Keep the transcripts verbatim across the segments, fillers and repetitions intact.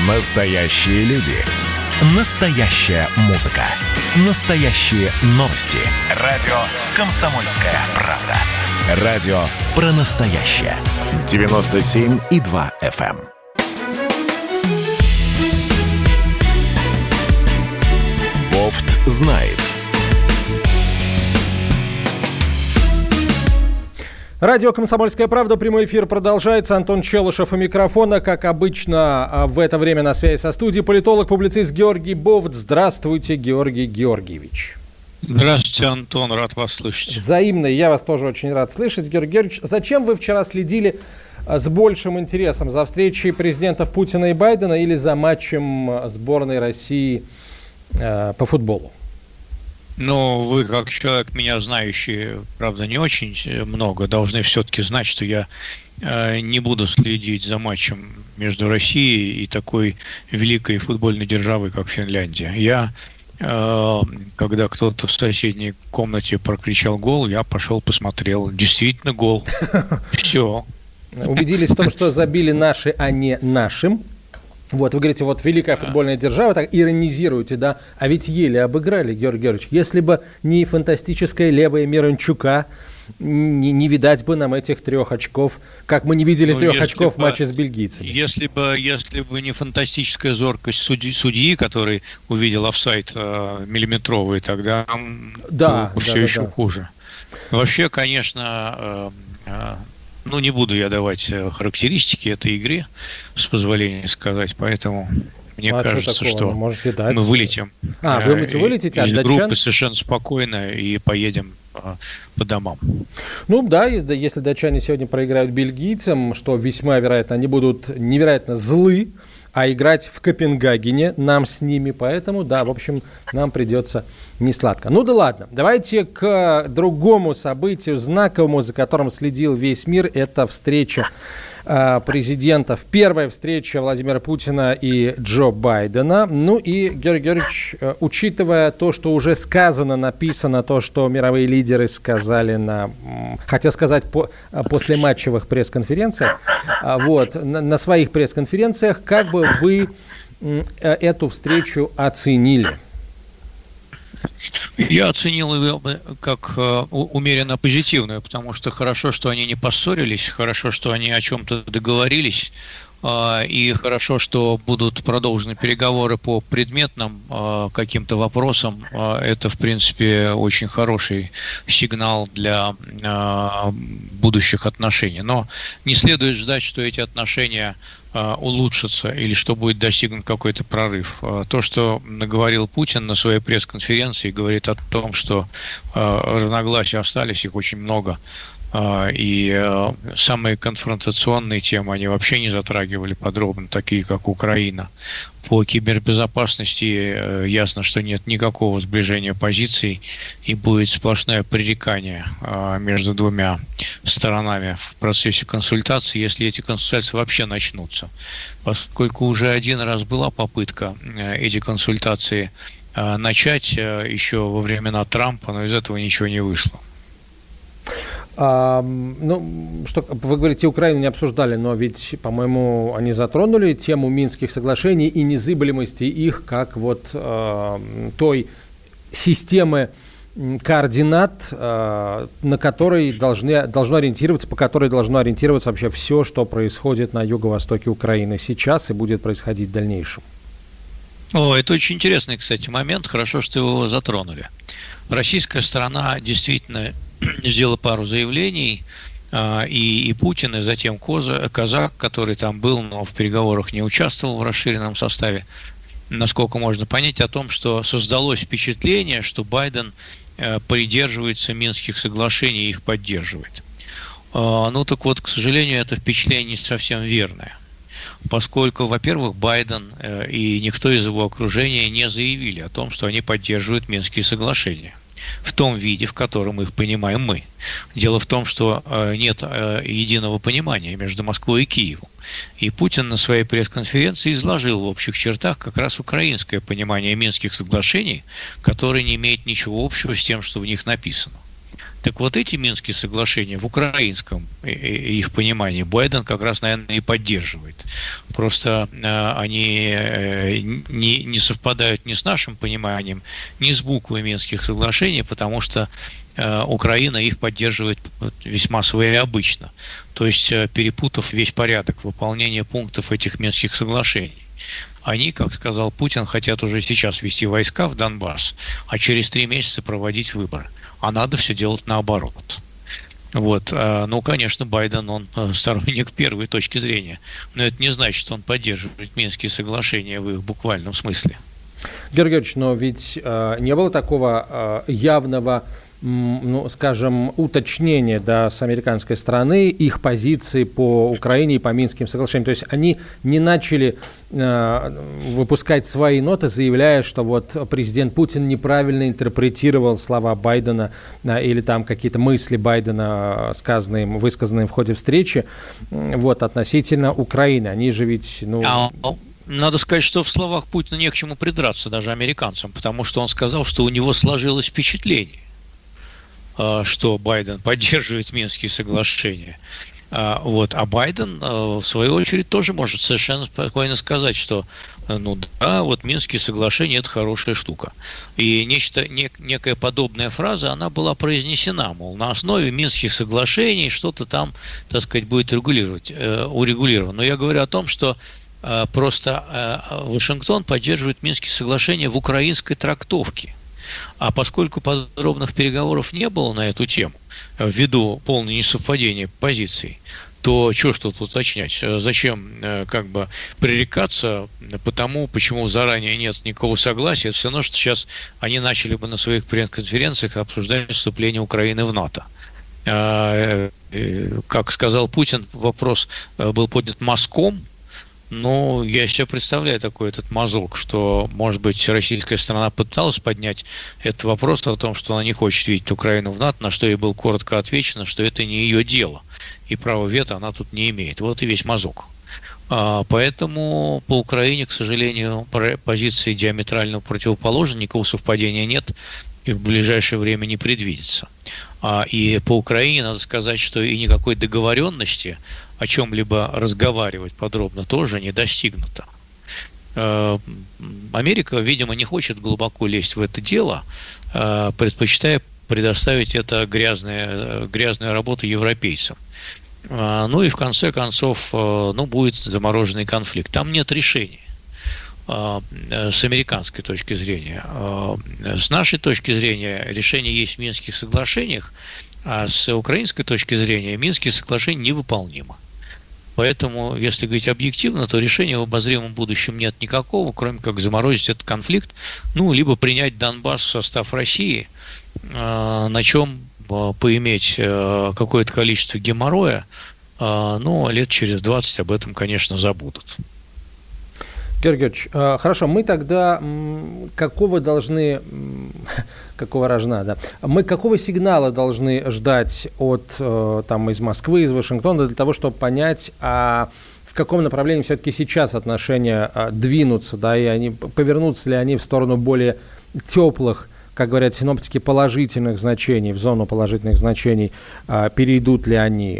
Настоящие люди. Настоящая музыка. Настоящие новости. Радио «Комсомольская правда». Радио про настоящее. девяносто семь и два эф эм. Бофт знает. Радио «Комсомольская правда», прямой эфир продолжается. Антон Челышев у микрофона. Как обычно, в это время на связи со студией политолог-публицист Георгий Бофт. Здравствуйте, Георгий Георгиевич. Здравствуйте, Антон, рад вас слышать. Взаимно, я вас тоже очень рад слышать. Георгий Георгиевич, зачем вы вчера следили с большим интересом? За встречей президентов Путина и Байдена или за матчем сборной России э, по футболу? Ну, вы, как человек, меня знающий, правда, не очень много, должны все-таки знать, что я э, не буду следить за матчем между Россией и такой великой футбольной державой, как Финляндия. Я, э, когда кто-то в соседней комнате прокричал гол, я пошел посмотрел. Действительно гол. Все. Убедились в том, что забили наши, а не нашим. Вот, вы говорите, вот великая футбольная держава, так иронизируете, да? А ведь еле обыграли, Георгий Георгиевич. Если бы не фантастическая левая Миранчука, не, не видать бы нам этих трех очков, как мы не видели ну, трех очков бы, в матче с бельгийцами. Если бы, если бы не фантастическая зоркость судьи, судьи который увидел офсайд э, миллиметровый, тогда да, все да, еще да, да. хуже. Вообще, конечно... Э, э, Ну, не буду я давать характеристики этой игре, с позволения сказать, поэтому мне а кажется, что, что можете дать? мы вылетим. А, вы можете вылететь, а из датчан? группы совершенно спокойно и поедем а, по домам. Ну да, если датчане сегодня проиграют бельгийцам, что весьма вероятно, они будут невероятно злы, а играть в Копенгагене нам с ними, поэтому, да, в общем, нам придется несладко. Ну да ладно, давайте к другому событию, знаковому, за которым следил весь мир, это встреча э, президентов, первая встреча Владимира Путина и Джо Байдена. Ну и, Георгий Георгиевич, э, учитывая то, что уже сказано, написано, то, что мировые лидеры сказали на, хотел сказать, по, после матчевых пресс-конференциях, э, вот, на, на своих пресс-конференциях, как бы вы э, эту встречу оценили? Я оценил ее как э, умеренно позитивную, потому что хорошо, что они не поссорились, хорошо, что они о чем-то договорились, э, и хорошо, что будут продолжены переговоры по предметным э, каким-то вопросам. Э, это, в принципе, очень хороший сигнал для э, будущих отношений. Но не следует ждать, что эти отношения улучшится или что будет достигнут какой-то прорыв. То, что говорил Путин на своей пресс-конференции, говорит о том, что разногласия остались, их очень много. И самые конфронтационные темы они вообще не затрагивали подробно, такие как Украина. По кибербезопасности ясно, что нет никакого сближения позиций и будет сплошное пререкание между двумя сторонами в процессе консультаций, если эти консультации вообще начнутся. Поскольку уже один раз была попытка эти консультации начать еще во времена Трампа, но из этого ничего не вышло. А, ну, что вы говорите, Украину не обсуждали, но ведь, по-моему, они затронули тему Минских соглашений и незыблемости их как вот э, той системы координат, э, на которой должны, должно ориентироваться, по которой должно ориентироваться вообще все, что происходит на юго-востоке Украины сейчас и будет происходить в дальнейшем. О, это очень интересный, кстати, момент. Хорошо, что его затронули. Российская сторона действительно сделала пару заявлений, и, и Путин, и затем Коза, Казак, который там был, но в переговорах не участвовал в расширенном составе, насколько можно понять, о том, что создалось впечатление, что Байден придерживается Минских соглашений и их поддерживает. Ну так вот, к сожалению, это впечатление не совсем верное. Поскольку, во-первых, Байден и никто из его окружения не заявили о том, что они поддерживают Минские соглашения в том виде, в котором их понимаем мы. Дело в том, что нет единого понимания между Москвой и Киевом. И Путин на своей пресс-конференции изложил в общих чертах как раз украинское понимание Минских соглашений, которое не имеет ничего общего с тем, что в них написано. Так вот эти Минские соглашения в украинском их понимании Байден как раз, наверное, и поддерживает. Просто они не, не совпадают ни с нашим пониманием, ни с буквой Минских соглашений, потому что Украина их поддерживает весьма своеобычно, то есть перепутав весь порядок выполнения пунктов этих Минских соглашений. Они, как сказал Путин, хотят уже сейчас ввести войска в Донбасс, а через три месяца проводить выборы. А надо все делать наоборот. Вот. Ну, конечно, Байден, он сторонник первой точки зрения, но это не значит, что он поддерживает Минские соглашения в их буквальном смысле. Георгий Георгиевич, но ведь э, не было такого э, явного, ну, скажем, уточнения, да, с американской стороны их позиции по Украине и по Минским соглашениям. То есть они не начали э, выпускать свои ноты, заявляя, что вот президент Путин неправильно интерпретировал слова Байдена э, или там какие-то мысли Байдена, сказанные, высказанные в ходе встречи, э, вот, относительно Украины. Они же ведь, ну... Надо сказать, что в словах Путина не к чему придраться даже американцам, потому что он сказал, что у него сложилось впечатление, что Байден поддерживает Минские соглашения. Вот. А Байден, в свою очередь, тоже может совершенно спокойно сказать, что ну да, вот Минские соглашения – это хорошая штука. И нечто, нек, некая подобная фраза, она была произнесена, мол, на основе Минских соглашений что-то там, так сказать, будет регулировать, э, урегулировано. Но я говорю о том, что э, просто э, Вашингтон поддерживает Минские соглашения в украинской трактовке. А поскольку подробных переговоров не было на эту тему, ввиду полного несовпадения позиций, то что ж тут уточнять? Зачем как бы пререкаться по тому, почему заранее нет никакого согласия? Это все равно, что сейчас они начали бы на своих пресс-конференциях обсуждать вступление Украины в НАТО. Как сказал Путин, вопрос был поднят мазком. Ну, я себе представляю такой этот мазок, что, может быть, российская сторона пыталась поднять этот вопрос о том, что она не хочет видеть Украину в НАТО, на что ей было коротко отвечено, что это не ее дело, и право вето она тут не имеет. Вот и весь мазок. А, поэтому по Украине, к сожалению, позиции диаметрально противоположны, никакого совпадения нет и в ближайшее время не предвидится. А, и по Украине надо сказать, что и никакой договоренности о чем-либо разговаривать подробно тоже не достигнуто. Америка, видимо, не хочет глубоко лезть в это дело, предпочитая предоставить это грязное, грязную работу европейцам. Ну и в конце концов, ну, будет замороженный конфликт. Там нет решения с американской точки зрения. С нашей точки зрения решение есть в Минских соглашениях, а с украинской точки зрения Минские соглашения невыполнимы. Поэтому, если говорить объективно, то решения в обозримом будущем нет никакого, кроме как заморозить этот конфликт, ну, либо принять Донбасс в состав России, на чем поиметь какое-то количество геморроя, но лет через двадцать об этом, конечно, забудут. Георгий Георгиевич, хорошо, мы тогда какого должны, какого рожна, да, мы какого сигнала должны ждать от, там, из Москвы, из Вашингтона для того, чтобы понять, а в каком направлении все-таки сейчас отношения двинутся, да, и они, повернутся ли они в сторону более теплых, как говорят синоптики, положительных значений, в зону положительных значений, перейдут ли они,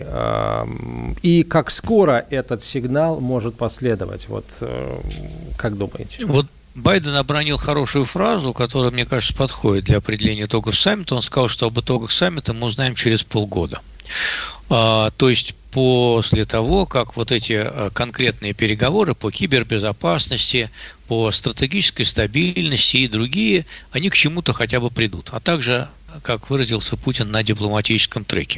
и как скоро этот сигнал может последовать, вот как думаете? Вот Байден обронил хорошую фразу, которая, мне кажется, подходит для определения итогов саммита. Он сказал, что об итогах саммита мы узнаем через полгода. То есть после того, как вот эти конкретные переговоры по кибербезопасности, по стратегической стабильности и другие, они к чему-то хотя бы придут. А также, как выразился Путин, на дипломатическом треке.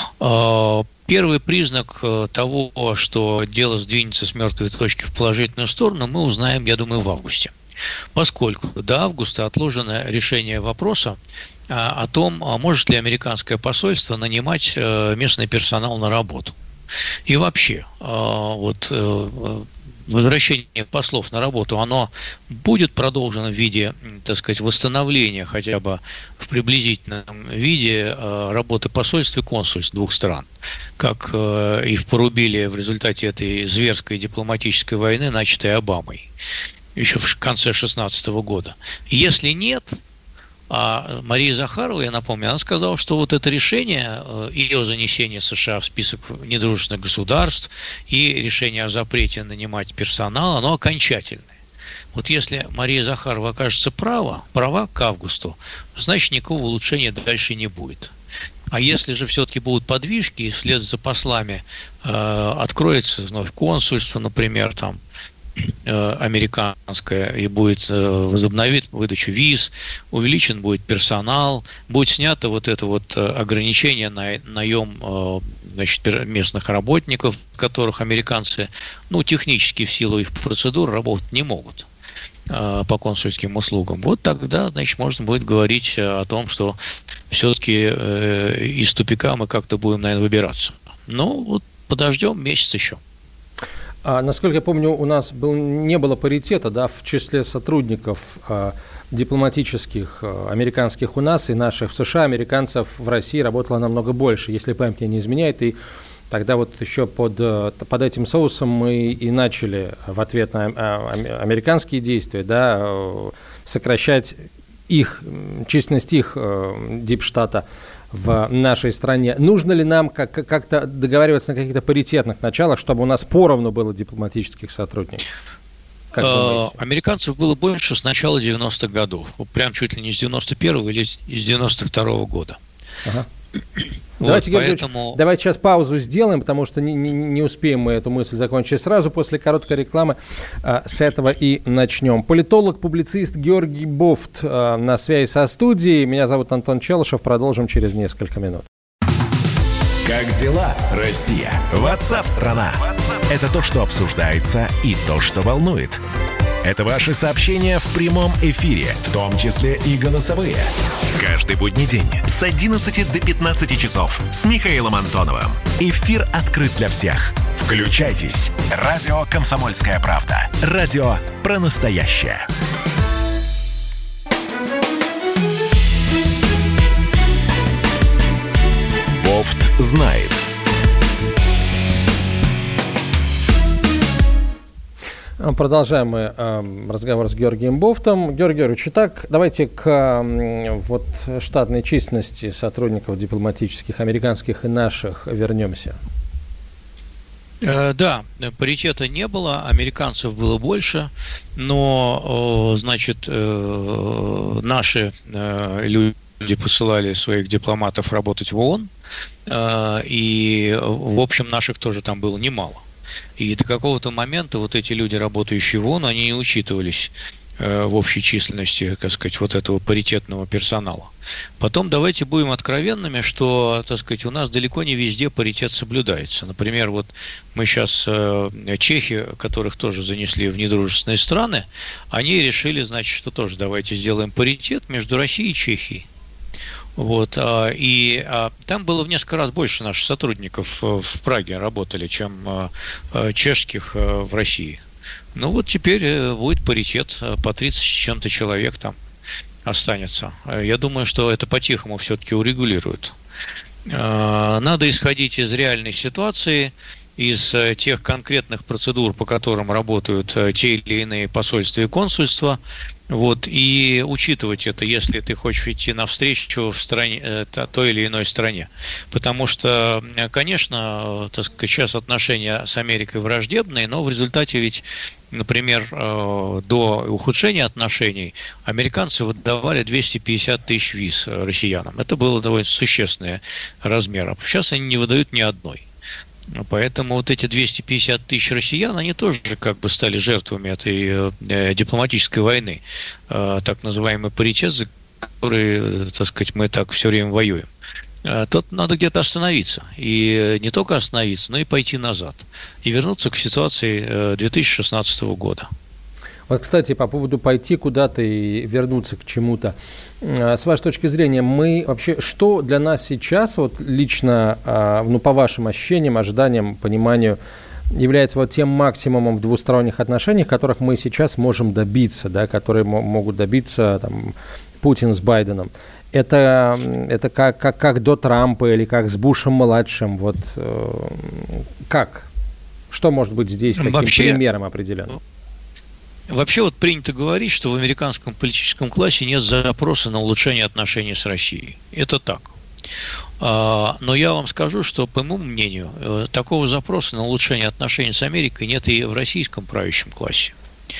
Первый признак того, что дело сдвинется с мертвой точки в положительную сторону, мы узнаем, я думаю, в августе. Поскольку до августа отложено решение вопроса о том, может ли американское посольство нанимать местный персонал на работу. И вообще, вот возвращение послов на работу, оно будет продолжено в виде, так сказать, восстановления хотя бы в приблизительном виде работы посольств и консульств двух стран, как их порубили в результате этой зверской дипломатической войны, начатой Обамой еще в конце шестнадцатого года. Если нет, А Мария Захарова, я напомню, она сказала, что вот это решение, ее занесение США в список недружественных государств и решение о запрете нанимать персонал, оно окончательное. Вот если Мария Захарова окажется права, права к августу, значит, никакого улучшения дальше не будет. А если же все-таки будут подвижки, и вслед за послами э, откроется вновь консульство, например, там, э, американское, и будет э, возобновить выдачу виз, увеличен будет персонал, будет снято вот это вот ограничение на наем э, значит, местных работников, которых американцы, ну, технически в силу их процедур работать не могут по консульским услугам, вот тогда, значит, можно будет говорить о том, что все-таки э, из тупика мы как-то будем, наверное, выбираться. Ну, вот подождем месяц еще. А, насколько я помню, у нас был, не было паритета, да, в числе сотрудников а, дипломатических а, американских у нас и наших в США, американцев в России работало намного больше, если память мне не изменяет, и тогда вот еще под, под этим соусом мы и начали в ответ на американские действия, да, сокращать их, численность их дипштата в нашей стране. Нужно ли нам как- как-то договариваться на каких-то паритетных началах, чтобы у нас поровну было дипломатических сотрудников? Как думаете? Американцев было больше с начала девяностых годов. Прям чуть ли не с девяносто первого или с девяносто второго года. Ага. Вот, давайте, поэтому... давайте сейчас паузу сделаем, потому что не, не, не успеем мы эту мысль закончить сразу. После короткой рекламы а, с этого и начнем. Политолог, публицист Георгий Бофт а, на связи со студией. Меня зовут Антон Челышев. Продолжим через несколько минут. Как дела, Россия? Ватсап-страна! Это то, что обсуждается, и то, что волнует. Это ваши сообщения в прямом эфире, в том числе и голосовые. Каждый будний день с одиннадцати до пятнадцати часов с Михаилом Антоновым. Эфир открыт для всех. Включайтесь. Радио «Комсомольская правда». Радио про настоящее. Бофт знает. Продолжаем мы э, разговор с Георгием Бофтом. Георгий Георгиевич, итак, давайте к э, вот, штатной численности сотрудников дипломатических, американских и наших вернемся. Э, да, паритета не было, американцев было больше, но, э, значит, э, наши э, люди посылали своих дипломатов работать в ООН, э, и, в общем, наших тоже там было немало. И до какого-то момента вот эти люди, работающие в ООН, они не учитывались э, в общей численности, так сказать, вот этого паритетного персонала. Потом давайте будем откровенными, что, так сказать, у нас далеко не везде паритет соблюдается. Например, вот мы сейчас, э, чехи, которых тоже занесли в недружественные страны, они решили, значит, что тоже давайте сделаем паритет между Россией и Чехией. Вот, и а, там было в несколько раз больше наших сотрудников в Праге работали, чем а, чешских а, в России. Ну вот теперь будет паритет, по тридцать с чем-то человек там останется. Я думаю, что это по-тихому все-таки урегулируют. А, надо исходить из реальной ситуации, из тех конкретных процедур, по которым работают те или иные посольства и консульства. Вот, и учитывать это, если ты хочешь идти навстречу в стране, той или иной стране. Потому что, конечно, так сказать, сейчас отношения с Америкой враждебные, но в результате ведь, например, до ухудшения отношений американцы выдавали двести пятьдесят тысяч виз россиянам. Это было довольно существенный размер. А сейчас они не выдают ни одной. Поэтому вот эти двести пятьдесят тысяч россиян, они тоже как бы стали жертвами этой э, дипломатической войны, э, так называемый паритет, за который, так сказать, мы так все время воюем. Э, тут надо где-то остановиться. И не только остановиться, но и пойти назад. И вернуться к ситуации э, две тысячи шестнадцатого года. Вот, кстати, по поводу пойти куда-то и вернуться к чему-то. С вашей точки зрения, мы вообще, что для нас сейчас, вот лично, ну, по вашим ощущениям, ожиданиям, пониманию, является вот тем максимумом в двусторонних отношениях, которых мы сейчас можем добиться, да, которые м- могут добиться там, Путин с Байденом? Это, это как, как, как до Трампа или как с Бушем-младшим? Вот, э, как? Что может быть здесь таким Вообще... примером определенным? Вообще вот принято говорить, что в американском политическом классе нет запроса на улучшение отношений с Россией. Это так. Но я вам скажу, что, по моему мнению, такого запроса на улучшение отношений с Америкой нет и в российском правящем классе.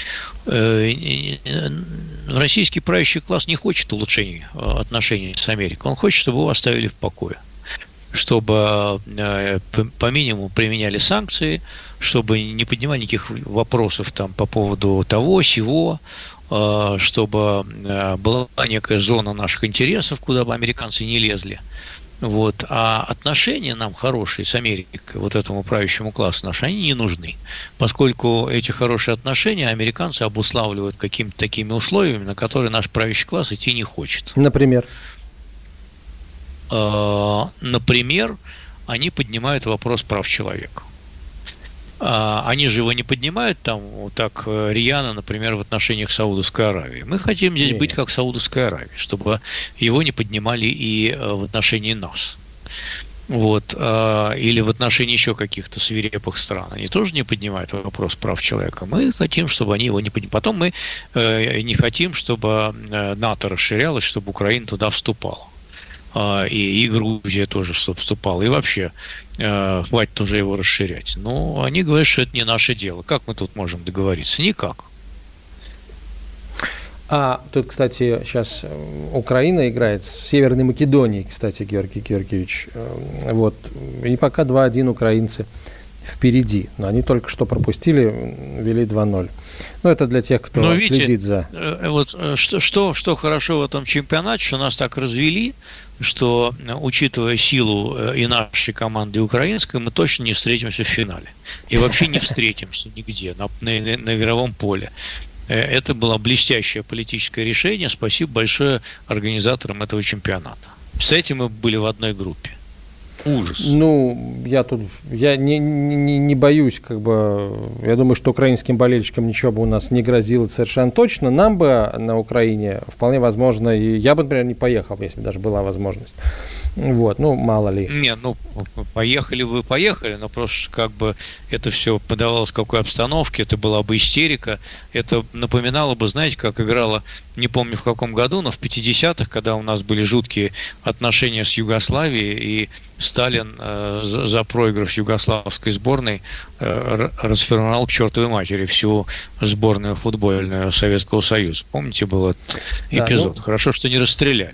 Российский правящий класс не хочет улучшения отношений с Америкой. Он хочет, чтобы его оставили в покое. Чтобы по минимуму применяли санкции, чтобы не поднимали никаких вопросов там, по поводу того, сего, чтобы была некая зона наших интересов, куда бы американцы не лезли. Вот. А отношения нам хорошие с Америкой, вот этому правящему классу наши, они не нужны. Поскольку эти хорошие отношения американцы обуславливают какими-то такими условиями, на которые наш правящий класс идти не хочет. Например? Например, они поднимают вопрос прав человека. Они же его не поднимают там вот так рьяно, например, в отношениях Саудовской Аравии. Мы хотим здесь Нет. быть как Саудовская Аравия, чтобы его не поднимали и в отношении нас. Вот. Или в отношении еще каких-то свирепых стран. Они тоже не поднимают вопрос прав человека. Мы хотим, чтобы они его не поднимали. Потом мы не хотим, чтобы НАТО расширялось, чтобы Украина туда вступала. И, и Грузия тоже вступала. И вообще э, хватит уже его расширять. Но они говорят, что это не наше дело. Как мы тут можем договориться? Никак. А тут, кстати, сейчас Украина играет с Северной Македонией, кстати, Георгий Георгиевич. Вот. И пока два-один украинцы впереди. Но они только что пропустили, вели два-ноль. Ну, это для тех, кто видите, следит за... Вот что, что, что хорошо в этом чемпионате, что нас так развели, что, учитывая силу и нашей команды, и украинской, мы точно не встретимся в финале. И вообще не встретимся нигде на, на, на игровом поле. Это было блестящее политическое решение. Спасибо большое организаторам этого чемпионата. Кстати, мы были в одной группе. Ужас. Ну, я тут, я не, не, не боюсь, как бы, я думаю, что украинским болельщикам ничего бы у нас не грозило совершенно точно. Нам бы на Украине вполне возможно, и я бы, например, не поехал, если бы даже была возможность. Вот, ну, мало ли. Не, ну, поехали вы, поехали, но просто как бы это все подавалось в какой обстановке, это была бы истерика, это напоминало бы, знаете, как играла, не помню в каком году, но в пятидесятых, когда у нас были жуткие отношения с Югославией, и Сталин э, за, за проигрыш югославской сборной э, расформировал к чертовой матери всю сборную футбольную Советского Союза. Помните, был этот эпизод? Да, ну... Хорошо, что не расстреляли.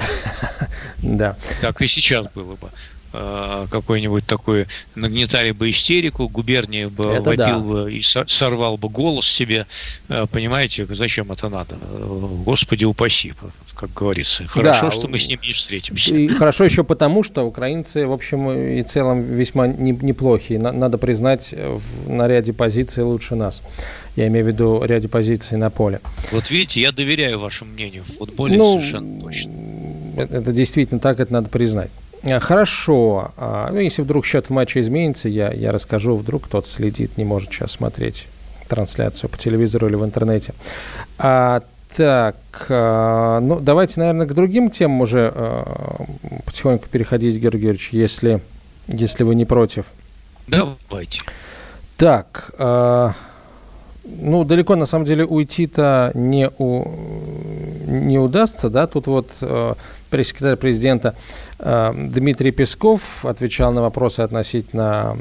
Да. Так и сейчас было бы. Какой-нибудь такой, нагнетали бы истерику, губерния бы это вопил да. бы и сорвал бы голос себе. Понимаете, зачем это надо? Господи упаси, как говорится. Хорошо, да. что мы с ним не встретимся. И хорошо еще потому, что украинцы, в общем и целом, весьма неплохие. Надо признать, в наряде позиций лучше нас. Я имею в виду в ряде позиций на поле. Вот видите, я доверяю вашему мнению в футболе ну, совершенно точно. Это действительно так, это надо признать. Хорошо. Ну, если вдруг счет в матче изменится, я, я расскажу. Вдруг кто-то следит, не может сейчас смотреть трансляцию по телевизору или в интернете. А, так, а, ну, давайте, наверное, к другим темам уже а, потихоньку переходить, Георгий Георгиевич, если, если вы не против. Давайте. Так, а, ну, далеко, на самом деле, уйти-то не, у, не удастся, да, тут вот а, пресс-секретарь президента Дмитрий Песков отвечал на вопросы относительно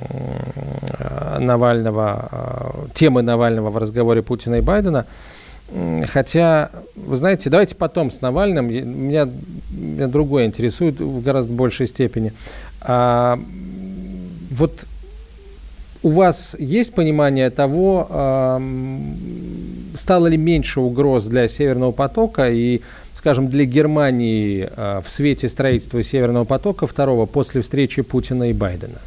Навального, темы Навального в разговоре Путина и Байдена. Хотя, вы знаете, давайте потом с Навальным. Меня, меня другое интересует в гораздо большей степени. А, вот у вас есть понимание того, а, стало ли меньше угроз для Северного потока и, скажем, для Германии э, в свете строительства Северного потока второго после встречи Путина и Байдена?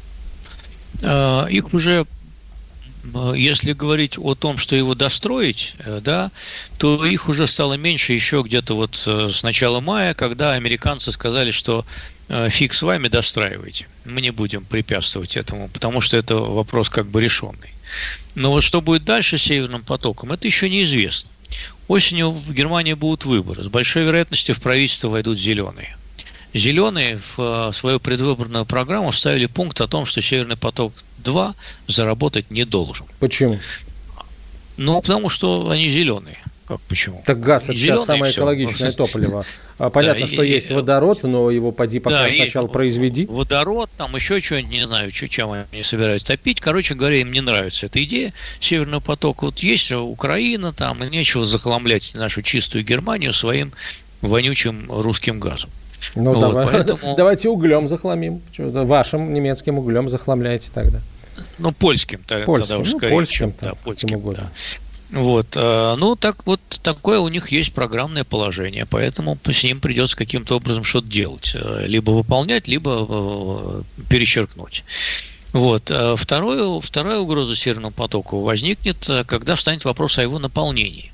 Их уже, если говорить о том, что его достроить, да, то их уже стало меньше еще где-то вот с начала мая, когда американцы сказали, что фиг с вами, достраивайте. Мы не будем препятствовать этому, потому что это вопрос как бы решенный. Но вот что будет дальше с Северным потоком, это еще неизвестно. Осенью в Германии будут выборы. С большой вероятностью в правительство войдут зеленые. Зеленые в свою предвыборную программу вставили пункт о том, что Северный поток-два заработать не должен. Почему? Ну, потому что они зеленые. Как почему? Так газ – это сейчас самое все. экологичное топливо. Понятно, да, что и, есть водород, но его поди пока да, сначала произведи. Водород, там еще что-нибудь, не знаю, чем они собираются топить. Короче говоря, им не нравится эта идея Северного потока. Вот есть Украина, там, и нечего захламлять нашу чистую Германию своим вонючим русским газом. Ну, вот, давай, поэтому... давайте углем захламим. Вашим немецким углем захламляете тогда. Ну, польским, тогда, польским, тогда уж ну, скорее. Польским, чем, да, польским, да. Вот, ну, так вот, такое у них есть программное положение, поэтому с ним придется каким-то образом что-то делать. Либо выполнять, либо перечеркнуть. Вот. Второе, вторая угроза Северному потоку возникнет, когда встанет вопрос о его наполнении.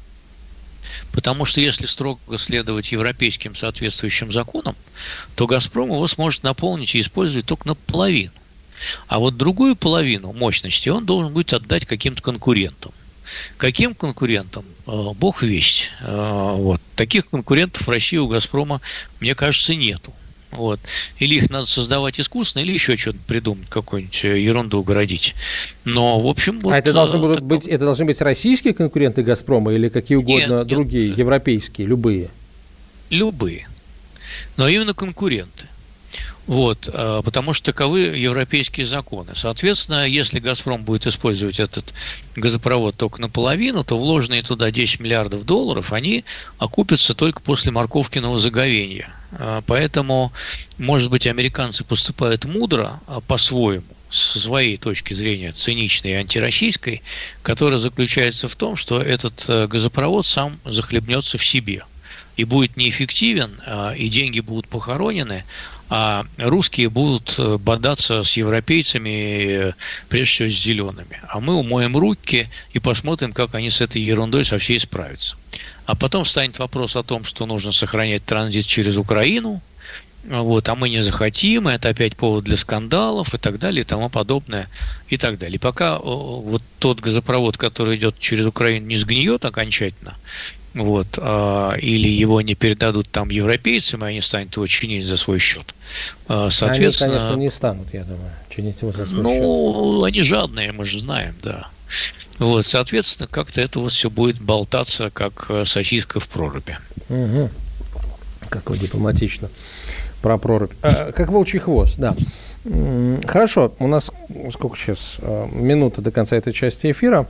Потому что если строго следовать европейским соответствующим законам, то «Газпром» его сможет наполнить и использовать только наполовину. А вот другую половину мощности он должен будет отдать каким-то конкурентам. Каким конкурентам? Бог весть. Вот. Таких конкурентов в России у «Газпрома», мне кажется, нету. Вот. Или их надо создавать искусственно, или еще что-то придумать, какую-нибудь ерунду городить. Но, в общем, вот... А это должны, будут так... быть, это должны быть российские конкуренты «Газпрома» или какие угодно нет, другие, нет. Европейские, любые? Любые. Но именно конкуренты. Вот, потому что таковы европейские законы. Соответственно, если «Газпром» будет использовать этот газопровод только наполовину, то вложенные туда десять миллиардов долларов, они окупятся только после морковкиного заговения. Поэтому, может быть, американцы поступают мудро по-своему, с своей точки зрения циничной и антироссийской, которая заключается в том, что этот газопровод сам захлебнется в себе и будет неэффективен, и деньги будут похоронены, а русские будут бодаться с европейцами, прежде всего с зелеными. А мы умоем руки и посмотрим, как они с этой ерундой со всей справятся. А потом встанет вопрос о том, что нужно сохранять транзит через Украину, вот, а мы не захотим, и это опять повод для скандалов и так далее, и тому подобное, и так далее. И пока вот тот газопровод, который идет через Украину, не сгниет окончательно, вот, а, или его не передадут там европейцам, и они станут его чинить за свой счет. Соответственно, они, конечно, не станут, я думаю, чинить его за свой ну, счет. Ну, они жадные, мы же знаем, да. Вот, соответственно, как-то это вот все будет болтаться, как сосиска в проруби. Угу. Как вы дипломатично про прорубь. А, как волчий хвост, да. Хорошо, у нас сколько сейчас? Минута до конца этой части эфира.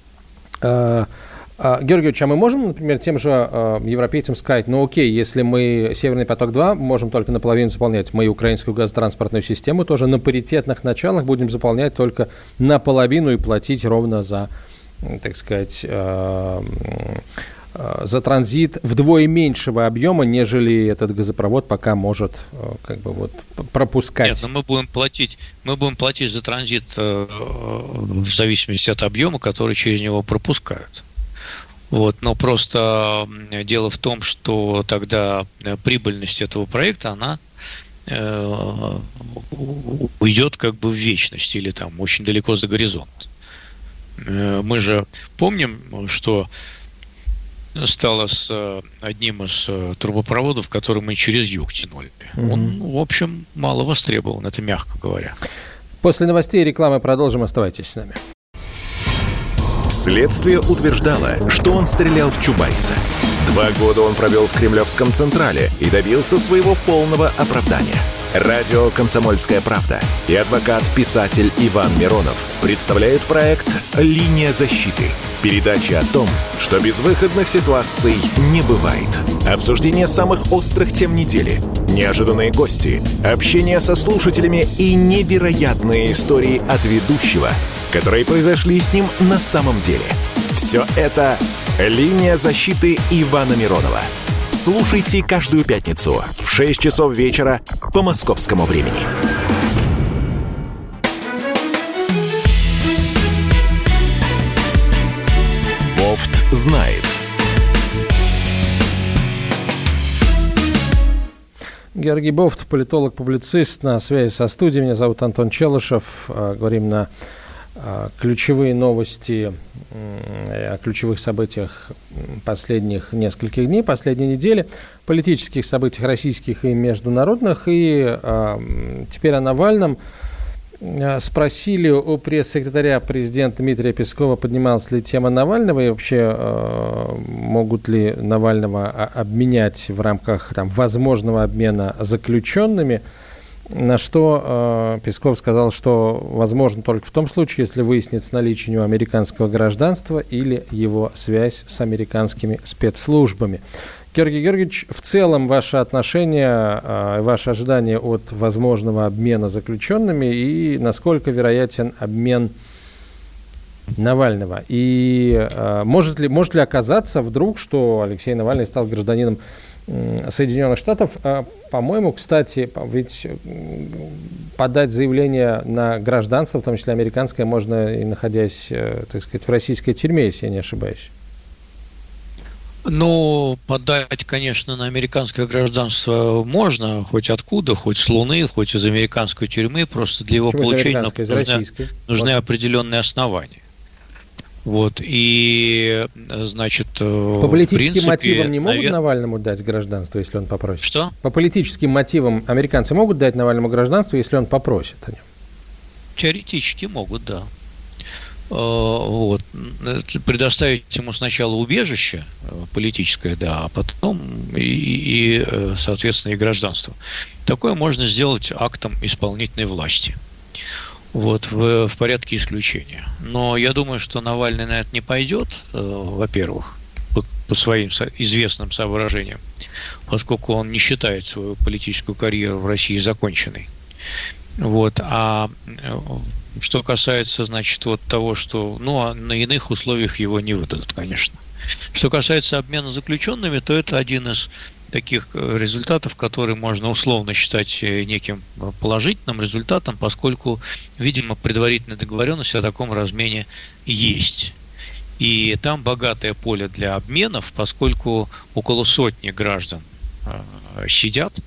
Георгий Георгиевич, а мы можем, например, тем же э, европейцам сказать, ну окей, если мы Северный поток-два можем только наполовину заполнять, мы украинскую газотранспортную систему тоже на паритетных началах будем заполнять только наполовину и платить ровно за, так сказать, э, э, за транзит вдвое меньшего объема, нежели этот газопровод пока может э, как бы вот пропускать. Нет, но мы будем платить, мы будем платить за транзит э, в зависимости от объема, который через него пропускают. Вот, но просто дело в том, что тогда прибыльность этого проекта, она э, уйдет как бы в вечность или там очень далеко за горизонт. Э, мы же помним, что стало с одним из трубопроводов, который мы через юг тянули. Mm-hmm. Он, в общем, мало востребован, это мягко говоря. После новостей и рекламы продолжим. Оставайтесь с нами. Следствие утверждало, что он стрелял в Чубайса. Два года он провел в Кремлевском Централе и добился своего полного оправдания. Радио «Комсомольская правда» и адвокат-писатель Иван Миронов представляют проект «Линия защиты». Передача о том, что безвыходных ситуаций не бывает. Обсуждение самых острых тем недели, неожиданные гости, общение со слушателями и невероятные истории от ведущего, которые произошли с ним на самом деле. Все это «Линия защиты» Ивана Миронова. Слушайте каждую пятницу в шесть часов вечера по московскому времени. Бофт знает. Георгий Бофт, политолог-публицист, на связи со студией. Меня зовут Антон Челышев. Говорим на ключевые новости о ключевых событиях последних нескольких дней, последней недели, политических событиях российских и международных. И э, теперь о Навальном. спросили у пресс-секретаря президента Дмитрия Пескова, поднималась ли тема Навального и вообще э, могут ли Навального обменять в рамках там, возможного обмена заключенными, на что э, Песков сказал, что возможно только в том случае, если выяснится наличие у него американского гражданства или его связь с американскими спецслужбами. Георгий Георгиевич, в целом ваши отношения, э, ваши ожидания от возможного обмена заключенными и насколько вероятен обмен Навального? И э, может ли, может ли оказаться вдруг, что Алексей Навальный стал гражданином Соединенных Штатов? По-моему, кстати, ведь подать заявление на гражданство, в том числе американское, можно и находясь, так сказать, в российской тюрьме, если я не ошибаюсь. Ну, подать, конечно, на американское гражданство можно, хоть откуда, хоть с Луны, хоть из американской тюрьмы, просто для его Почему получения нужны, нужны вот. определенные основания. Вот, и, значит, по политическим принципе, мотивам не могут навер... Навальному дать гражданство, если он попросит? Что? По политическим мотивам американцы могут дать Навальному гражданство, если он попросит о нем? Теоретически могут, да. Вот. Предоставить ему сначала убежище политическое, да, а потом и, и, соответственно, и гражданство. Такое можно сделать актом исполнительной власти. Вот, в, в порядке исключения. Но я думаю, что Навальный на это не пойдет, э, во-первых, по, по своим со- известным соображениям, поскольку он не считает свою политическую карьеру в России законченной. Вот, а э, что касается, значит, вот того, что, ну, а на иных условиях его не выдадут, конечно. Что касается обмена заключенными, то это один из таких результатов, которые можно условно считать неким положительным результатом, поскольку, видимо, предварительная договоренность о таком размене есть. И там богатое поле для обменов, поскольку около сотни граждан сидят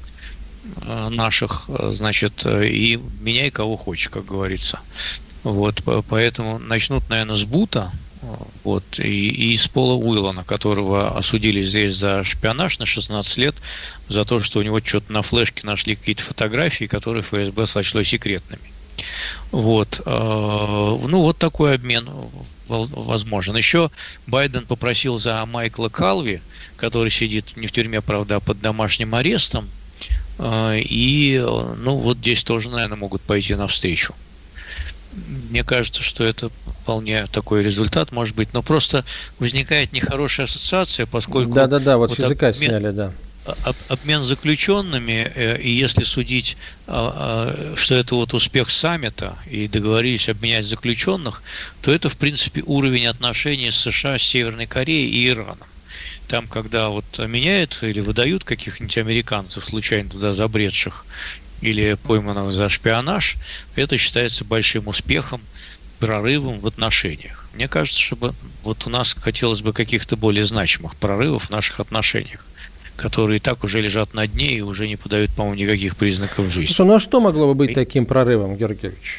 наших, значит, и меняй кого хочешь, как говорится. Вот, поэтому начнут, наверное, с Бута. Вот, и, и с Пола Уиллана, которого осудили здесь за шпионаж на шестнадцать лет, за то, что у него что-то на флешке нашли какие-то фотографии, которые эф эс бэ сочло секретными. Вот, э, ну, вот такой обмен возможен. Еще Байден попросил за Майкла Калви, который сидит не в тюрьме, правда, а под домашним арестом, э, и, ну, вот здесь тоже, наверное, могут пойти навстречу. Мне кажется, что это вполне такой результат может быть, но просто возникает нехорошая ассоциация, поскольку... Да-да-да, вот, вот с языка обмен, сняли, да. Обмен заключенными, и если судить, что это вот успех саммита, и договорились обменять заключенных, то это, в принципе, уровень отношений США с Северной Кореей и Ираном. Там, когда вот меняют или выдают каких-нибудь американцев, случайно туда забредших, или пойманных за шпионаж, это считается большим успехом, прорывом в отношениях. Мне кажется, чтобы вот у нас хотелось бы каких-то более значимых прорывов в наших отношениях, которые и так уже лежат на дне и уже не подают, по-моему, никаких признаков жизни. Слушай, ну а что могло бы быть и... таким прорывом, Георгий Георгиевич?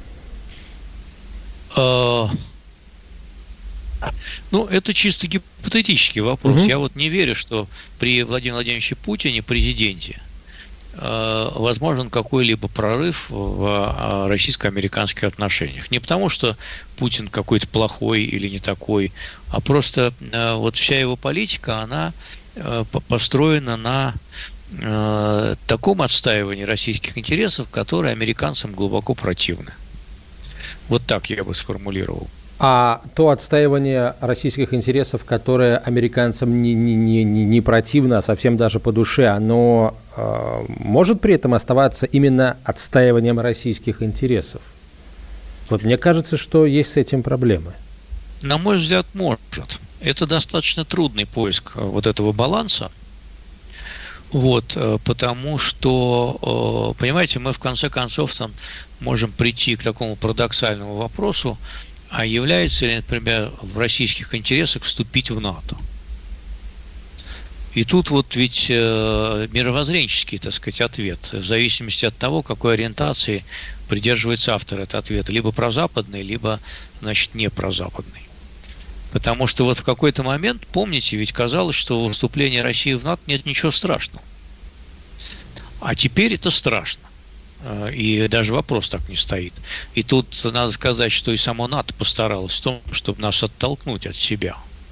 А... Ну, это чисто гипотетический вопрос. Угу. Я вот не верю, что при Владимире Владимировиче Путине, президенте, возможен какой-либо прорыв в российско-американских отношениях. Не потому, что Путин какой-то плохой или не такой, а просто вот вся его политика, она построена на таком отстаивании российских интересов, которые американцам глубоко противны. Вот так я бы сформулировал. А то отстаивание российских интересов, которое американцам не, не, не, не противно, а совсем даже по душе, оно э, может при этом оставаться именно отстаиванием российских интересов? Вот мне кажется, что есть с этим проблемы. На мой взгляд, может. Это достаточно трудный поиск вот этого баланса. Вот, потому что, понимаете, мы в конце концов там можем прийти к такому парадоксальному вопросу, а является ли, например, в российских интересах вступить в НАТО? И тут вот ведь э, мировоззренческий, так сказать, ответ, в зависимости от того, какой ориентации придерживается автор этого ответа, либо прозападный, либо, значит, не прозападный. Потому что вот в какой-то момент, помните, ведь казалось, что в вступлении России в НАТО нет ничего страшного. А теперь это страшно. И даже вопрос так не стоит. И тут надо сказать, что и сама НАТО постаралась в том, чтобы нас оттолкнуть от себя.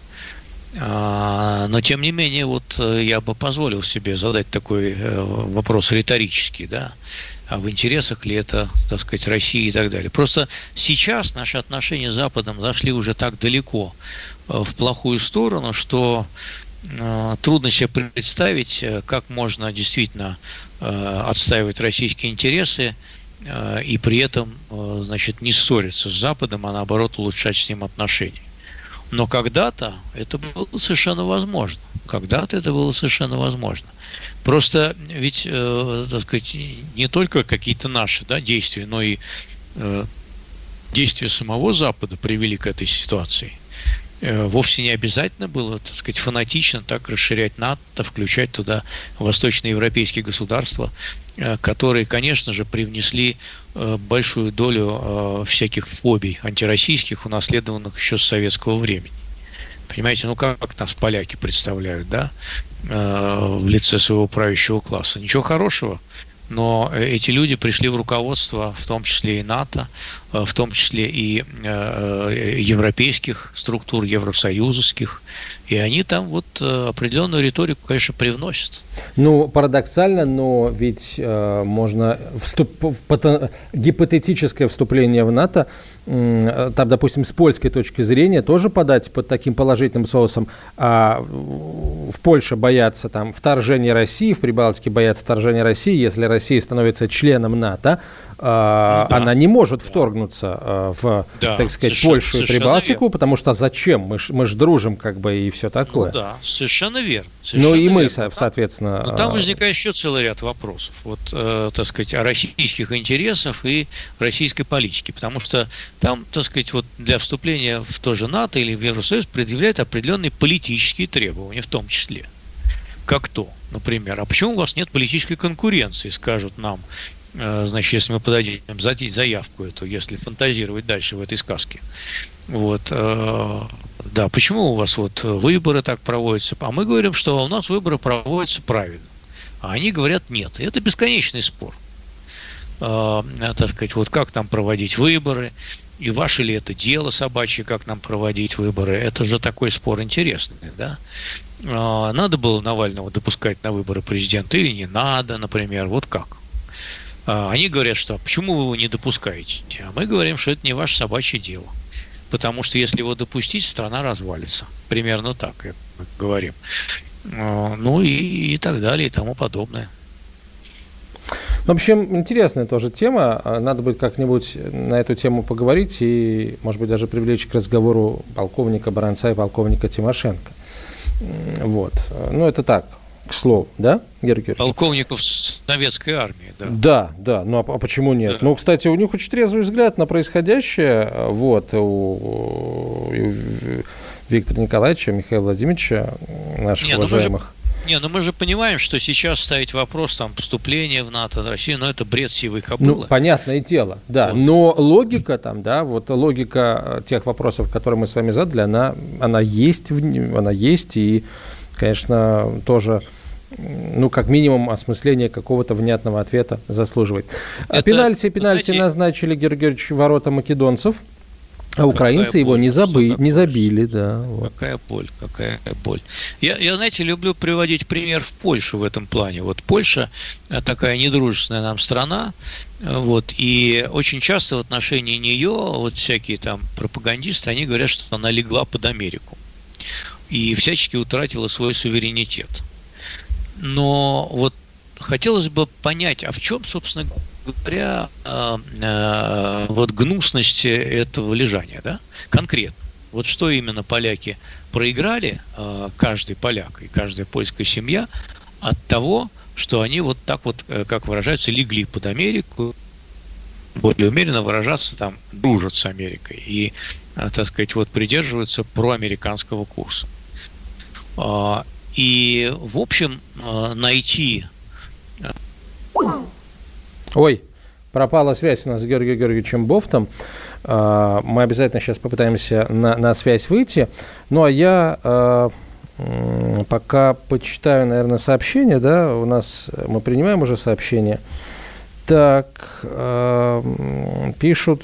Но, тем не менее, вот я бы позволил себе задать такой вопрос риторический, да, а в интересах ли это, так сказать, России и так далее. Просто сейчас наши отношения с Западом зашли уже так далеко в плохую сторону, что трудно себе представить, как можно действительно отстаивать российские интересы и при этом, значит, не ссориться с Западом, а наоборот улучшать с ним отношения. Но когда-то это было совершенно возможно. Когда-то это было совершенно возможно. Просто ведь, э, так сказать, не только какие-то наши, да, действия, но и э, действия самого Запада привели к этой ситуации. Э, вовсе не обязательно было, так сказать, фанатично так расширять НАТО, включать туда восточноевропейские государства, э, которые, конечно же, привнесли э, большую долю э, всяких фобий антироссийских, унаследованных еще с советского времени. Понимаете, ну как нас поляки представляют, да, э, в лице своего правящего класса? Ничего хорошего, но эти люди пришли в руководство, в том числе и НАТО, э, в том числе и э, европейских структур, евросоюзовских, и они там вот э, определенную риторику, конечно, привносят. Ну, парадоксально, но ведь э, можно вступ, в пото, гипотетическое вступление в НАТО, э, там, допустим, с польской точки зрения, тоже подать под таким положительным соусом. А в Польше боятся там вторжения России, в Прибалтике боятся вторжения России. Если Россия становится членом НАТО, э, да. она не может вторгнуться э, в, да, так сказать, Польшу и Прибалтику, верно. Потому что зачем? Мы ж, мы ж дружим, как бы, и все такое. Ну да, совершенно верно. Совершенно ну и мы, верно. соответственно... Но там возникает еще целый ряд вопросов, вот, э, так сказать, о российских интересах и российской политике, потому что там, так сказать, вот для вступления в то же НАТО или в Евросоюз предъявляют определенные политические требования, в том числе. Как то, например, а почему у вас нет политической конкуренции, скажут нам, э, значит, если мы подадим заявку эту, если фантазировать дальше в этой сказке. Вот, э, да, почему у вас вот выборы так проводятся? А мы говорим, что у нас выборы проводятся правильно. А они говорят нет. И это бесконечный спор. Э, так сказать, вот как нам проводить выборы, и ваше ли это дело собачье, как нам проводить выборы. Это же такой спор интересный, да? Э, надо было Навального допускать на выборы президента или не надо, например, вот как? Э, они говорят, что почему вы его не допускаете? А мы говорим, что это не ваше собачье дело. Потому что если его допустить, страна развалится. Примерно так, мы говорим. Ну и, и так далее, и тому подобное. В общем, интересная тоже тема. Надо будет как-нибудь на эту тему поговорить и, может быть, даже привлечь к разговору полковника Баранца и полковника Тимошенко. Вот. Ну, это так, к слову, да, Георгий Георгиевич? Полковников советской армии, да. Да, да, ну а почему нет? Да. Ну, кстати, у них очень трезвый взгляд на происходящее, вот, у, у Виктора Николаевича, Михаила Владимировича, наших не, уважаемых. Ну не, ну мы же понимаем, что сейчас ставить вопрос там вступления в НАТО, в Россию, ну это бред сивой кобылы. Ну, понятное дело, да, вот. Но логика там, да, вот логика тех вопросов, которые мы с вами задали, она, она есть, она есть, и, конечно, тоже... ну, как минимум, осмысление какого-то внятного ответа заслуживает. Это, пенальти, пенальти знаете, назначили, Георгий Георгиевич, ворота македонцев, а украинцы его не, забы, не забили. Да, вот. Какая боль, какая боль. Я, я, знаете, люблю приводить пример в Польшу в этом плане. Вот Польша такая недружественная нам страна, вот, и очень часто в отношении нее вот всякие там пропагандисты, они говорят, что она легла под Америку и всячески утратила свой суверенитет. Но вот хотелось бы понять, а в чем, собственно говоря, э, э, вот гнусность этого лежания, да? Конкретно. Вот что именно поляки проиграли, э, каждый поляк и каждая польская семья, от того, что они вот так вот, э, как выражаются, легли под Америку, более умеренно выражаться, там, дружат с Америкой и, э, так сказать, вот придерживаются проамериканского курса. Э, И, в общем, найти... Ой, пропала связь у нас с Георгием Георгиевичем Бофтом. Мы обязательно сейчас попытаемся на, на связь выйти. Ну, а я пока почитаю, наверное, сообщения. Да? У нас мы принимаем уже сообщения. Так, э, пишут.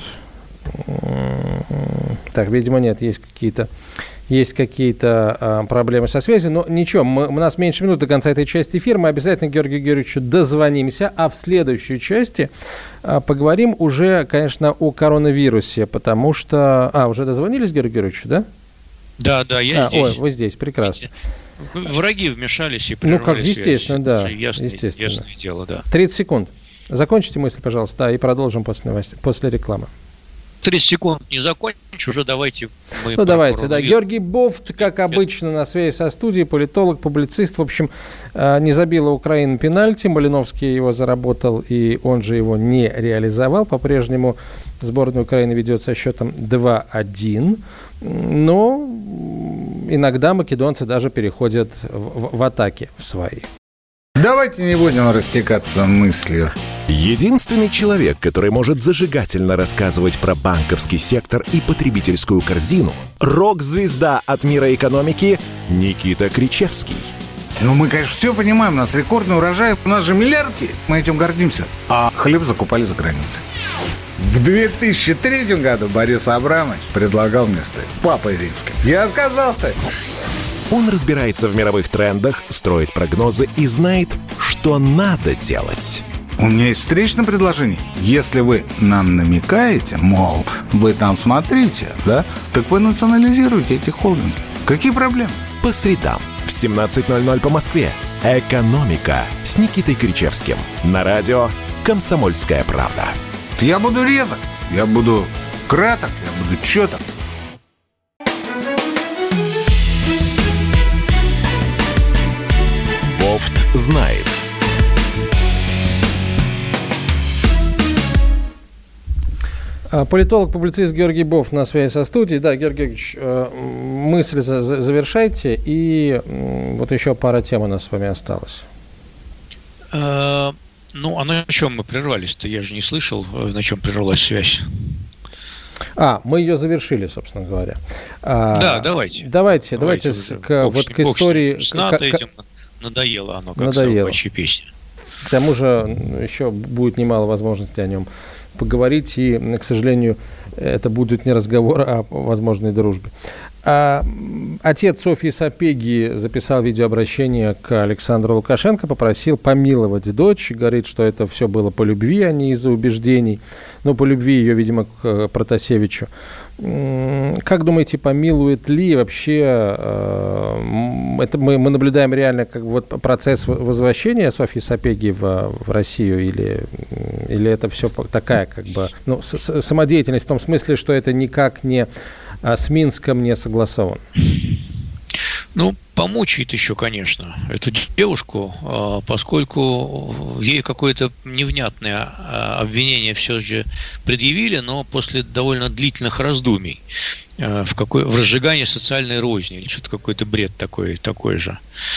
Так, видимо, нет, есть какие-то, есть какие-то э, проблемы со связью. Но ничего, мы, у нас меньше минут до конца этой части эфира. Мы обязательно Георгию Георгиевичу дозвонимся. А в следующей части э, поговорим уже, конечно, о коронавирусе. Потому что... А, уже дозвонились Георгию Георгиевичу, да? Да, да, я а, здесь. Ой, вы здесь, прекрасно. Враги вмешались и прервали Ну, как, естественно, связь. да. Ясное, естественно. ясное дело, да. тридцать секунд. Закончите мысль, пожалуйста, да, и продолжим после, новостей, после рекламы. тридцать секунд не закончу, уже давайте мы... Ну, давайте, да. Георгий Бофт, как обычно, на связи со студией, политолог, публицист. В общем, не забила Украина пенальти, Малиновский его заработал, и он же его не реализовал. По-прежнему сборная Украины ведет со счетом два один, но иногда македонцы даже переходят в, в атаки в свои. Давайте не будем растекаться мыслью. Единственный человек, который может зажигательно рассказывать про банковский сектор и потребительскую корзину – рок-звезда от мира экономики Никита Кричевский. Ну, мы, конечно, все понимаем, у нас рекордный урожай, у нас же миллиард есть, мы этим гордимся. А хлеб закупали за границей. В две тысячи третьем году Борис Абрамович предлагал мне стать папой римским. Я отказался. Он разбирается в мировых трендах, строит прогнозы и знает, что надо делать. У меня есть встречное предложение. Если вы нам намекаете, мол, вы там смотрите, да, так вы национализируете эти холдинги. Какие проблемы? По средам в семнадцать ноль ноль по Москве. «Экономика» с Никитой Кричевским. На радио «Комсомольская правда». Я буду резок, я буду краток, я буду чёток. Бофт знает. Политолог, публицист Георгий Бофт на связи со студией. Да, Георгий Георгиевич, мысли завершайте. И вот еще пара тем у нас с вами осталось. Ну, а на чем мы прервались-то? Я же не слышал, на чем прервалась связь. А, мы ее завершили, собственно говоря. Да, давайте. Давайте, давайте, давайте к, вот к истории... С НАТО этим надоело оно, как надоело. собачья песня. К тому же еще будет немало возможностей о нем поговорить, и, к сожалению, это будет не разговор о возможной дружбе. А, отец Софьи Сапеги записал видеообращение к Александру Лукашенко, попросил помиловать дочь, говорит, что это все было по любви, а не из-за убеждений. Ну, по любви ее, видимо, к Протасевичу. Как думаете, помилует ли вообще, это мы, мы наблюдаем реально как вот процесс возвращения Софьи Сапеги в, в Россию, или, или это все такая как бы, ну, с, самодеятельность в том смысле, что это никак не с Минском не согласован? Ну, помучает еще, конечно, эту девушку, поскольку ей какое-то невнятное обвинение все же предъявили, но после довольно длительных раздумий в, какой, в разжигании социальной розни, или что-то какой-то бред такой, такой же.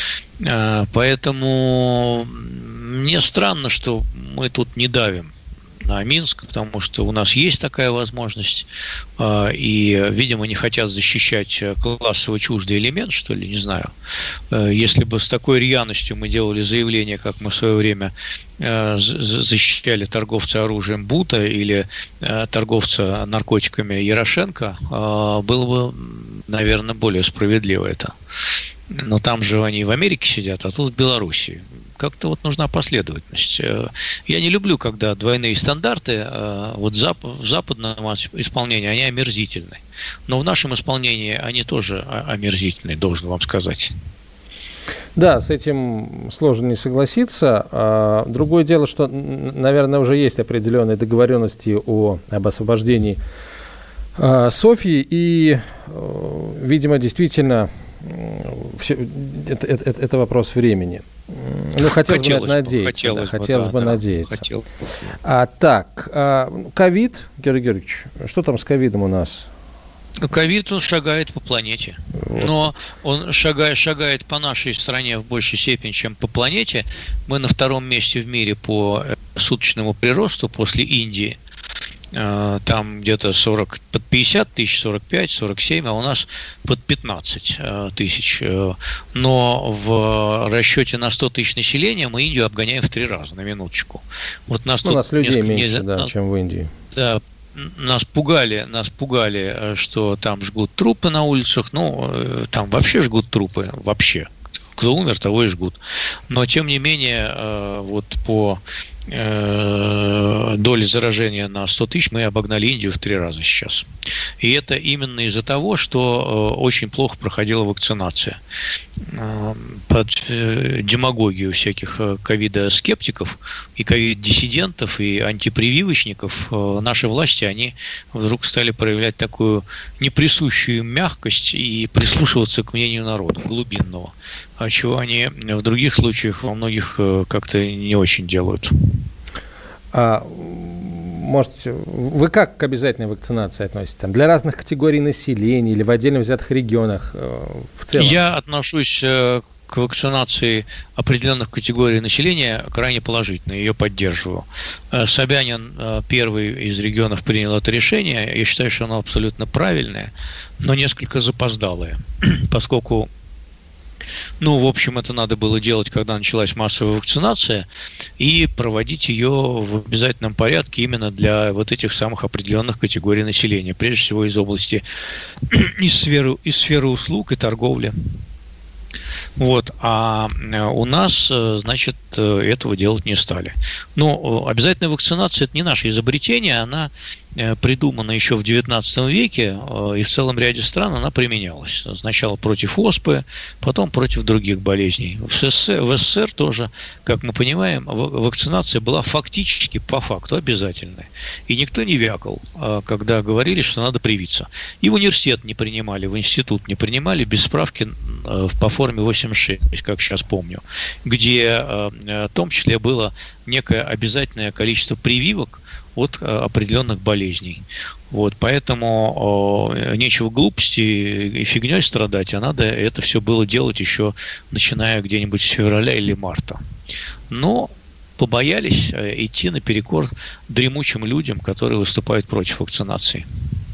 Поэтому мне странно, что мы тут не давим на Минск, потому что у нас есть такая возможность, и, видимо, не хотят защищать классово чуждый элемент, что ли, не знаю. Если бы с такой рьяностью мы делали заявление, как мы в свое время защищали торговца оружием Бута или торговца наркотиками Ярошенко, было бы, наверное, более справедливо это. Но там же они в Америке сидят, а тут в Беларуси. Как-то вот нужна последовательность. Я не люблю, когда двойные стандарты вот в западном исполнении, они омерзительны. Но в нашем исполнении они тоже омерзительны, должен вам сказать. Да, с этим сложно не согласиться. Другое дело, что, наверное, уже есть определенные договоренности о, об освобождении Софьи. И, видимо, действительно... Все, это, это, это вопрос времени. Ну, хотелось, хотелось бы надеяться. Хотелось, да, хотелось бы, бы да, надеяться. Хотел. А, так, ковид, Георгий Георгиевич, что там с ковидом у нас? Ковид, он шагает по планете. Вот. Но он шагает, шагает по нашей стране в большей степени, чем по планете. Мы на втором месте в мире по суточному приросту после Индии. там где-то сорок, под пятьдесят тысяч, сорок пять, сорок семь, а у нас под пятнадцать тысяч. Но в расчете на сто тысяч населения мы Индию обгоняем в три раза, на минуточку. Вот нас, ну, у нас людей меньше, не... да, чем в Индии. Да, нас пугали, нас пугали, что там жгут трупы на улицах. Ну, там вообще жгут трупы, вообще. Кто умер, того и жгут. Но, тем не менее, вот по доли заражения на сто тысяч мы обогнали Индию в три раза сейчас. И это именно из-за того, что очень плохо проходила вакцинация. Под демагогию всяких ковидоскептиков и ковид-диссидентов и антипрививочников наши власти, они вдруг стали проявлять такую неприсущую мягкость и прислушиваться к мнению народа глубинного, а чего они в других случаях во многих как-то не очень делают. А, может, вы как к обязательной вакцинации относитесь? Там, для разных категорий населения или в отдельно взятых регионах э, в целом? Я отношусь э, к вакцинации определенных категорий населения крайне положительно, ее поддерживаю. Э, Собянин, э, первый из регионов, принял это решение. Я считаю, что оно абсолютно правильное, но несколько запоздалое, поскольку ну, в общем, это надо было делать, когда началась массовая вакцинация, и проводить ее в обязательном порядке именно для вот этих самых определенных категорий населения, прежде всего из области, из сферы, из сферы услуг и торговли. Вот, а у нас, значит, этого делать не стали. Но обязательная вакцинация – это не наше изобретение, она придумана еще в девятнадцатом веке, и в целом ряде стран она применялась. Сначала против оспы, потом против других болезней. В СССР, в СССР тоже, как мы понимаем, вакцинация была фактически, по факту, обязательной. И никто не вякал, когда говорили, что надо привиться. И в университет не принимали, в институт не принимали без справки по форме восемьдесят шесть, как сейчас помню, где в том числе было некое обязательное количество прививок от определенных болезней. Вот, поэтому э, нечего глупости и фигней страдать, а надо это все было делать еще начиная где-нибудь с февраля или марта. Но побоялись идти наперекор дремучим людям, которые выступают против вакцинации.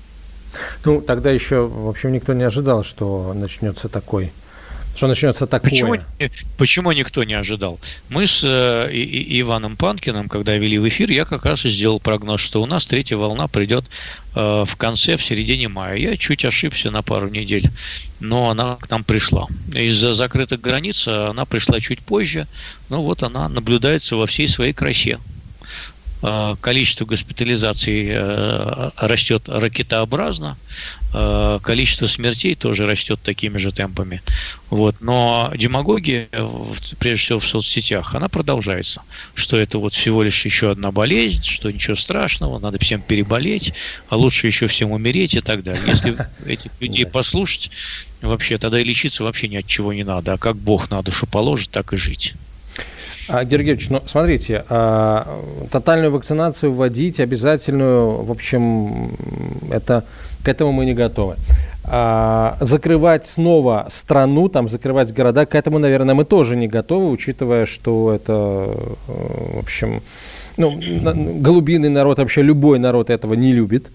Ну, тогда еще, в общем, никто не ожидал, что начнется такой... Что начнется такое? Почему, почему никто не ожидал? Мы с э, и, и Иваном Панкиным, когда вели в эфир, я как раз и сделал прогноз, что у нас третья волна придет э, в конце, в середине мая. Я чуть ошибся на пару недель, но она к нам пришла. Из-за закрытых границ она пришла чуть позже, но вот она наблюдается во всей своей красе. Количество госпитализаций растет ракетообразно, количество смертей тоже растет такими же темпами. Вот. Но демагогия, прежде всего в соцсетях, она продолжается, что это вот всего лишь еще одна болезнь, что ничего страшного, надо всем переболеть, а лучше еще всем умереть и так далее. Если этих людей послушать, вообще тогда и лечиться вообще ни от чего не надо, а как Бог на душу положит, так и жить. А, Георгий Георгиевич, ну, смотрите, а, тотальную вакцинацию вводить обязательную, в общем, это, к этому мы не готовы. А, закрывать снова страну, там, закрывать города, к этому, наверное, мы тоже не готовы, учитывая, что это, в общем, ну, голубиный народ, вообще любой народ этого не любит.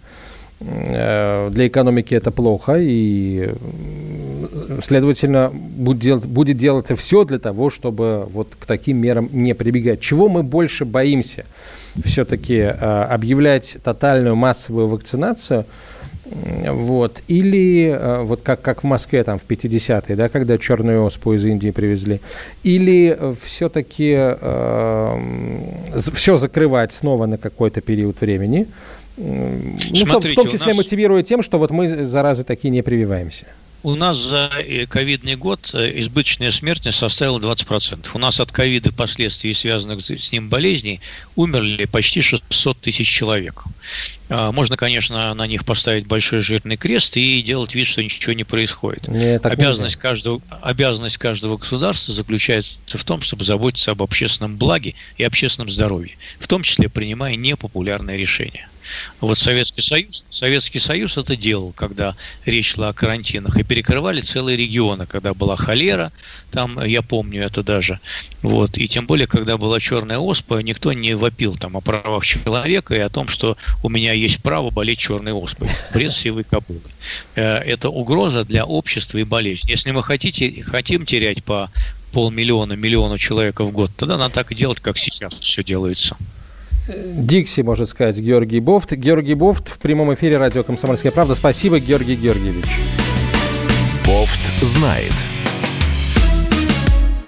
Для экономики это плохо, и, следовательно, будет, делать, будет делаться все для того, чтобы вот к таким мерам не прибегать. Чего мы больше боимся? Все-таки объявлять тотальную массовую вакцинацию, вот, или вот как, как в Москве там, в пятидесятые, да, когда черную оспу из Индии привезли, или все-таки э, все закрывать снова на какой-то период времени, ну, Смотрите, в том числе нас... мотивируя тем, что вот мы заразы такие не прививаемся. У нас за ковидный год избыточная смертность составила двадцать процентов. У нас от ковида последствий, связанных с ним болезней, умерли почти шестьсот тысяч человек. Можно, конечно, на них поставить большой жирный крест и делать вид, что ничего не происходит. Нет, обязанность, каждого, обязанность каждого государства заключается в том, чтобы заботиться об общественном благе и общественном здоровье, в том числе принимая непопулярные решения. Вот Советский Союз, Советский Союз это делал, когда речь шла о карантинах, и перекрывали целые регионы, когда была холера, там, я помню это даже, вот, и тем более, когда была черная оспа, никто не вопил там о правах человека и о том, что у меня есть право болеть черной оспой. Бред сивой кобылы. Это угроза для общества и болезнь. Если мы хотите, хотим терять по полмиллиона, миллиону человека в год, тогда надо так и делать, как сейчас все делается. Дикси, может сказать, Георгий Бофт. Георгий Бофт в прямом эфире радио «Комсомольская правда». Спасибо, Георгий Георгиевич. Бофт знает.